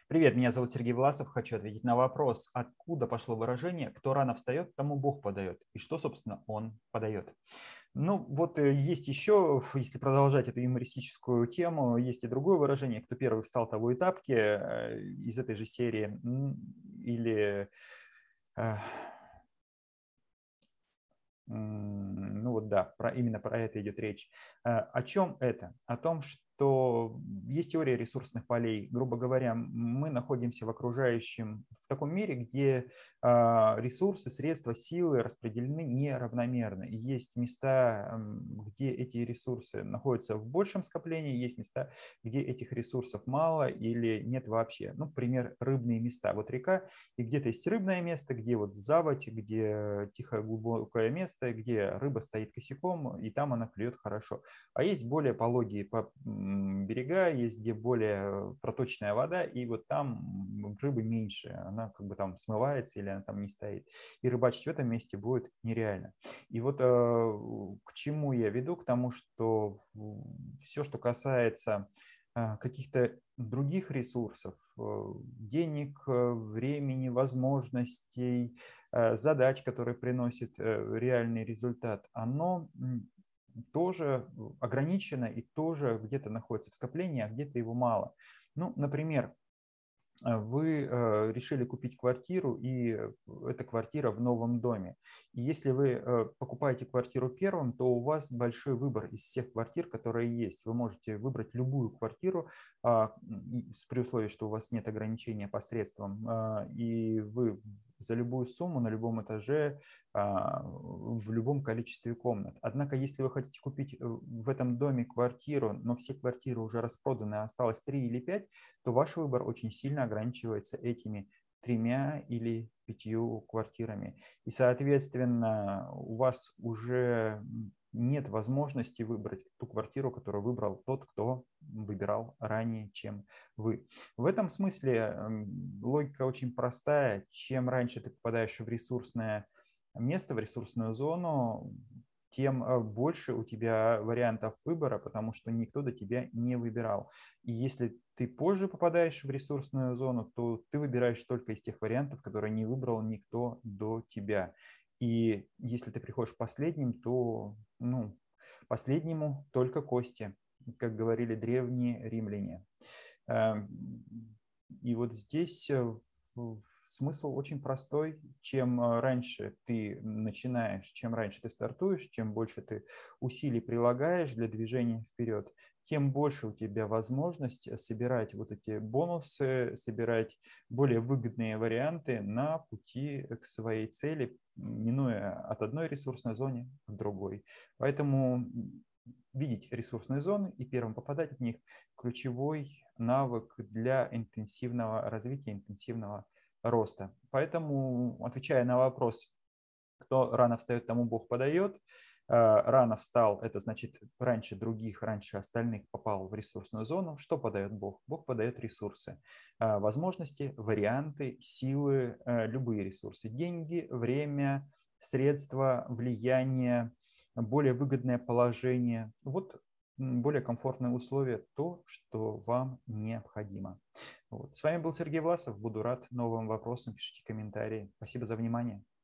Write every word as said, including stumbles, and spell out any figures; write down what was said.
Привет, меня зовут Сергей Власов. Хочу ответить на вопрос, откуда пошло выражение «кто рано встает, тому Бог подает» и что, собственно, он подает. Ну, вот э, есть еще, если продолжать эту юмористическую тему, есть и другое выражение «кто первый встал, того и тапки» э, из этой же серии. М, Или э, М, Ну вот да, про, именно про это идет речь. Э, О чем это? О том, что есть теория ресурсных полей. Грубо говоря, мы находимся в окружающем, в таком мире, где а, ресурсы, средства, силы распределены неравномерно. И есть места, м, где эти ресурсы находятся в большем скоплении, есть места, где этих ресурсов мало или нет вообще. Ну, пример, рыбные места. Вот река, и где-то есть рыбное место, где вот заводь, где тихое глубокое место, где рыба стоит косяком, и там она клюет хорошо. А есть более пологие берега, есть где более проточная вода, и вот там рыбы меньше, она как бы там смывается или она там не стоит. И рыбачить в этом месте будет нереально. И вот э, к чему я веду? К тому, что все, что касается э, каких-то других ресурсов, э, денег, э, времени, возможностей, э, задач, которые приносят э, реальный результат, оно тоже ограничено и тоже где-то находится в скоплении, а где-то его мало. Ну, например, э, вы э, решили купить квартиру, и э, эта квартира в новом доме. И если вы э, покупаете квартиру первым, то у вас большой выбор из всех квартир, которые есть. Вы можете выбрать любую квартиру а, при условии, что у вас нет ограничения по средствам, а, и вы за любую сумму на любом этаже а, в любом количестве комнат. Однако, если вы хотите купить э, в этом доме квартиру, но все квартиры уже распроданы, а осталось три или пять, то ваш выбор очень сильно ограничивается этими тремя или пятью квартирами. И, соответственно, у вас уже нет возможности выбрать ту квартиру, которую выбрал тот, кто выбирал ранее, чем вы. В этом смысле логика очень простая. Чем раньше ты попадаешь в ресурсное место, в ресурсную зону, тем э, больше у тебя вариантов выбора, потому что никто до тебя не выбирал. И если ты позже попадаешь в ресурсную зону, то ты выбираешь только из тех вариантов, которые не выбрал никто до тебя. И если ты приходишь последним, то ну, последнему только кости, как говорили древние римляне. Эм, И вот здесь э, смысл очень простой. Чем э, раньше ты начинаешь, чем раньше ты стартуешь, чем больше ты усилий прилагаешь для движения вперед, тем больше у тебя возможность собирать вот эти бонусы, собирать более выгодные варианты на пути к своей цели, минуя от одной ресурсной зоны к другой. Поэтому видеть ресурсные зоны и первым попадать в них — ключевой навык для интенсивного развития, интенсивного роста. Поэтому, отвечая на вопрос, кто рано встает, тому Бог подает, э, рано встал — это значит раньше других, раньше остальных попал в ресурсную зону. Что подает Бог? Бог подает ресурсы, э, возможности, варианты, силы, э, любые ресурсы. Деньги, время, средства, влияние, более выгодное положение. Вот более комфортные условия — то, что вам необходимо. Вот. С вами был Сергей Власов. Буду рад новым вопросам. Пишите комментарии. Спасибо за внимание.